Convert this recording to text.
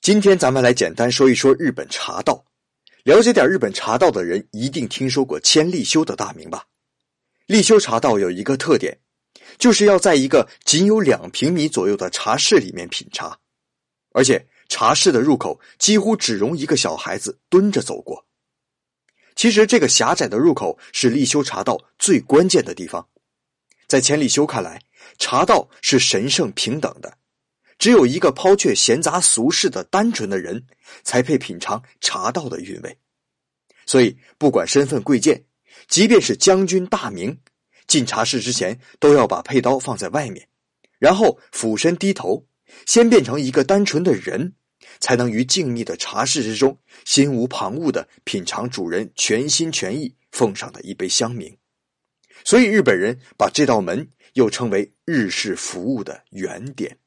今天咱们来简单说一说日本茶道。了解点日本茶道的人一定听说过千利休的大名吧？利休茶道有一个特点，就是要在一个仅有2平米左右的茶室里面品茶，而且茶室的入口几乎只容一个小孩子蹲着走过。其实这个狭窄的入口是利休茶道最关键的地方。在千利休看来，茶道是神圣平等的，只有一个抛却闲杂俗事的单纯的人才配品尝茶道的韵味。所以不管身份贵贱，即便是将军大名，进茶室之前都要把佩刀放在外面，然后俯身低头，先变成一个单纯的人，才能于静谧的茶室之中心无旁骛地品尝主人全心全意奉上的一杯香茗。所以日本人把这道门又称为日式服务的原点。